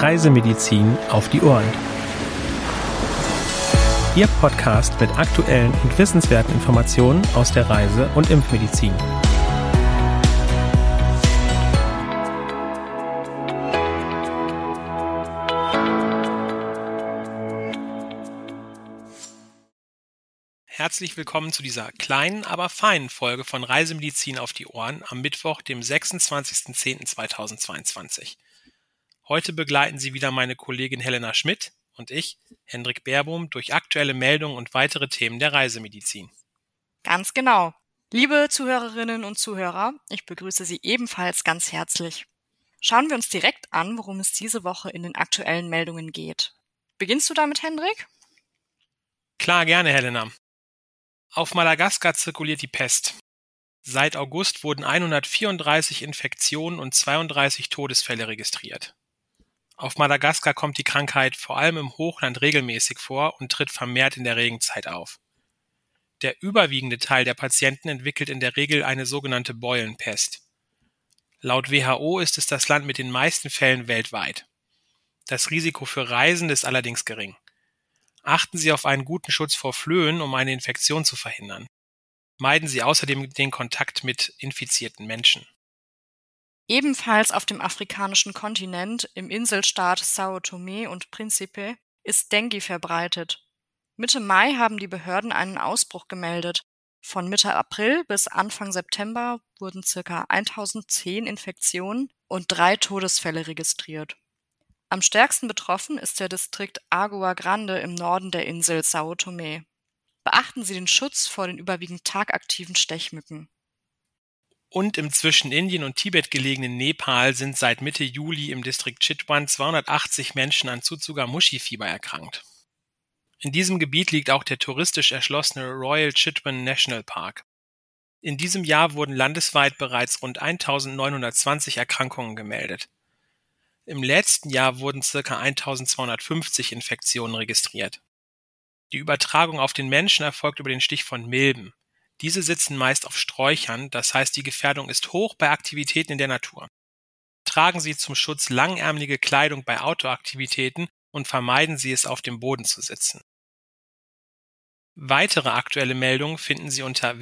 Reisemedizin auf die Ohren. Ihr Podcast mit aktuellen und wissenswerten Informationen aus der Reise- und Impfmedizin. Herzlich willkommen zu dieser kleinen, aber feinen Folge von Reisemedizin auf die Ohren am Mittwoch, dem 26.10.2022. Heute begleiten Sie wieder meine Kollegin Helena Schmidt und ich, Hendrik Baerbohm, durch aktuelle Meldungen und weitere Themen der Reisemedizin. Ganz genau. Liebe Zuhörerinnen und Zuhörer, ich begrüße Sie ebenfalls ganz herzlich. Schauen wir uns direkt an, worum es diese Woche in den aktuellen Meldungen geht. Beginnst du damit, Hendrik? Klar, gerne, Helena. Auf Madagaskar zirkuliert die Pest. Seit August wurden 134 Infektionen und 32 Todesfälle registriert. Auf Madagaskar kommt die Krankheit vor allem im Hochland regelmäßig vor und tritt vermehrt in der Regenzeit auf. Der überwiegende Teil der Patienten entwickelt in der Regel eine sogenannte Beulenpest. Laut WHO ist es das Land mit den meisten Fällen weltweit. Das Risiko für Reisende ist allerdings gering. Achten Sie auf einen guten Schutz vor Flöhen, um eine Infektion zu verhindern. Meiden Sie außerdem den Kontakt mit infizierten Menschen. Ebenfalls auf dem afrikanischen Kontinent, im Inselstaat São Tomé und Príncipe, ist Dengue verbreitet. Mitte Mai haben die Behörden einen Ausbruch gemeldet. Von Mitte April bis Anfang September wurden ca. 1010 Infektionen und 3 Todesfälle registriert. Am stärksten betroffen ist der Distrikt Água Grande im Norden der Insel São Tomé. Beachten Sie den Schutz vor den überwiegend tagaktiven Stechmücken. Und im zwischen Indien und Tibet gelegenen Nepal sind seit Mitte Juli im Distrikt Chitwan 280 Menschen an Tsutsuga-Mushi-Fieber erkrankt. In diesem Gebiet liegt auch der touristisch erschlossene Royal Chitwan National Park. In diesem Jahr wurden landesweit bereits rund 1920 Erkrankungen gemeldet. Im letzten Jahr wurden ca. 1250 Infektionen registriert. Die Übertragung auf den Menschen erfolgt über den Stich von Milben. Diese sitzen meist auf Sträuchern, das heißt, die Gefährdung ist hoch bei Aktivitäten in der Natur. Tragen Sie zum Schutz langärmelige Kleidung bei Outdoor-Aktivitäten und vermeiden Sie es, auf dem Boden zu sitzen. Weitere aktuelle Meldungen finden Sie unter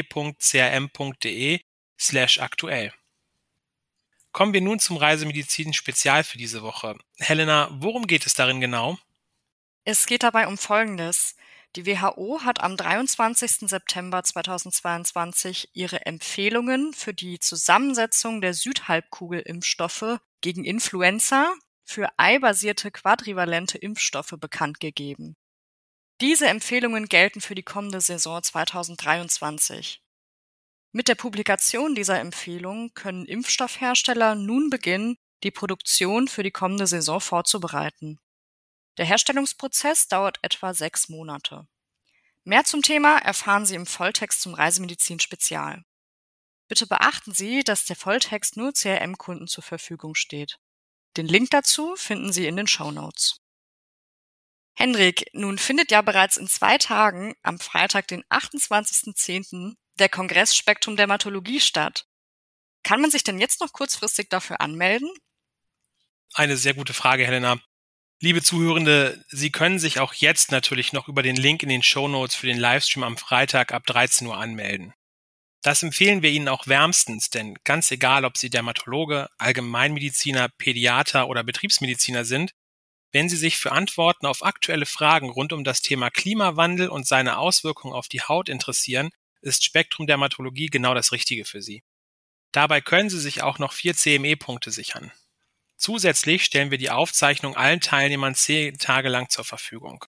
www.crm.de/aktuell. Kommen wir nun zum Reisemedizin-Spezial für diese Woche. Helena, worum geht es darin genau? Es geht dabei um Folgendes. Die WHO hat am 23. September 2022 ihre Empfehlungen für die Zusammensetzung der Südhalbkugel-Impfstoffe gegen Influenza für eibasierte quadrivalente Impfstoffe bekannt gegeben. Diese Empfehlungen gelten für die kommende Saison 2023. Mit der Publikation dieser Empfehlungen können Impfstoffhersteller nun beginnen, die Produktion für die kommende Saison vorzubereiten. Der Herstellungsprozess dauert etwa 6 Monate. Mehr zum Thema erfahren Sie im Volltext zum Reisemedizin-Spezial. Bitte beachten Sie, dass der Volltext nur CRM-Kunden zur Verfügung steht. Den Link dazu finden Sie in den Shownotes. Hendrik, nun findet ja bereits in 2 Tagen, am Freitag, den 28.10., der Kongress Spektrum Dermatologie statt. Kann man sich denn jetzt noch kurzfristig dafür anmelden? Eine sehr gute Frage, Helena. Liebe Zuhörende, Sie können sich auch jetzt natürlich noch über den Link in den Shownotes für den Livestream am Freitag ab 13 Uhr anmelden. Das empfehlen wir Ihnen auch wärmstens, denn ganz egal, ob Sie Dermatologe, Allgemeinmediziner, Pädiater oder Betriebsmediziner sind, wenn Sie sich für Antworten auf aktuelle Fragen rund um das Thema Klimawandel und seine Auswirkungen auf die Haut interessieren, ist Spektrum Dermatologie genau das Richtige für Sie. Dabei können Sie sich auch noch 4 CME-Punkte sichern. Zusätzlich stellen wir die Aufzeichnung allen Teilnehmern 10 Tage lang zur Verfügung.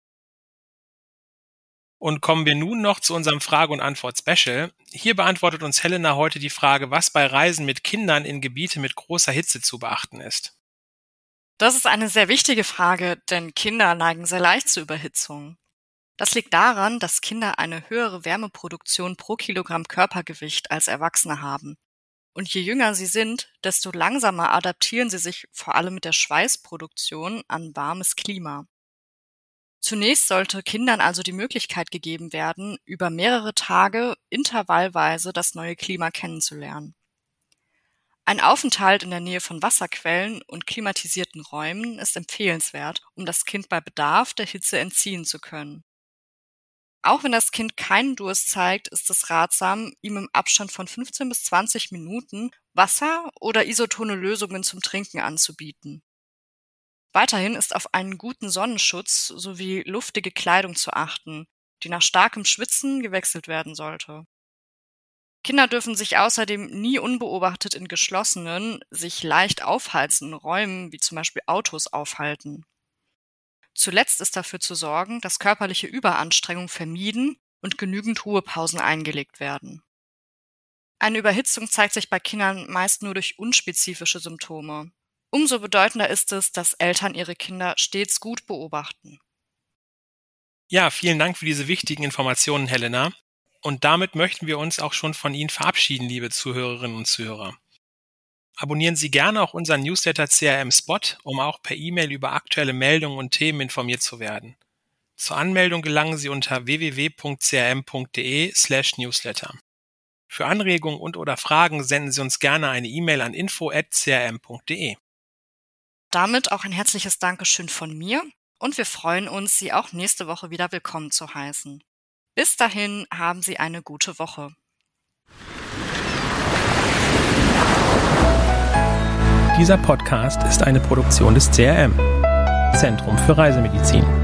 Und kommen wir nun noch zu unserem Frage- und Antwort-Special. Hier beantwortet uns Helena heute die Frage, was bei Reisen mit Kindern in Gebiete mit großer Hitze zu beachten ist. Das ist eine sehr wichtige Frage, denn Kinder neigen sehr leicht zu Überhitzung. Das liegt daran, dass Kinder eine höhere Wärmeproduktion pro Kilogramm Körpergewicht als Erwachsene haben. Und je jünger sie sind, desto langsamer adaptieren sie sich vor allem mit der Schweißproduktion an warmes Klima. Zunächst sollte Kindern also die Möglichkeit gegeben werden, über mehrere Tage intervallweise das neue Klima kennenzulernen. Ein Aufenthalt in der Nähe von Wasserquellen und klimatisierten Räumen ist empfehlenswert, um das Kind bei Bedarf der Hitze entziehen zu können. Auch wenn das Kind keinen Durst zeigt, ist es ratsam, ihm im Abstand von 15 bis 20 Minuten Wasser oder isotone Lösungen zum Trinken anzubieten. Weiterhin ist auf einen guten Sonnenschutz sowie luftige Kleidung zu achten, die nach starkem Schwitzen gewechselt werden sollte. Kinder dürfen sich außerdem nie unbeobachtet in geschlossenen, sich leicht aufheizenden Räumen wie zum Beispiel Autos aufhalten. Zuletzt ist dafür zu sorgen, dass körperliche Überanstrengung vermieden und genügend Ruhepausen eingelegt werden. Eine Überhitzung zeigt sich bei Kindern meist nur durch unspezifische Symptome. Umso bedeutender ist es, dass Eltern ihre Kinder stets gut beobachten. Ja, vielen Dank für diese wichtigen Informationen, Helena. Und damit möchten wir uns auch schon von Ihnen verabschieden, liebe Zuhörerinnen und Zuhörer. Abonnieren Sie gerne auch unseren Newsletter CRM Spot, um auch per E-Mail über aktuelle Meldungen und Themen informiert zu werden. Zur Anmeldung gelangen Sie unter www.crm.de/newsletter. Für Anregungen und/oder Fragen senden Sie uns gerne eine E-Mail an info@crm.de. Damit auch ein herzliches Dankeschön von mir und wir freuen uns, Sie auch nächste Woche wieder willkommen zu heißen. Bis dahin haben Sie eine gute Woche. Dieser Podcast ist eine Produktion des CRM, Zentrum für Reisemedizin.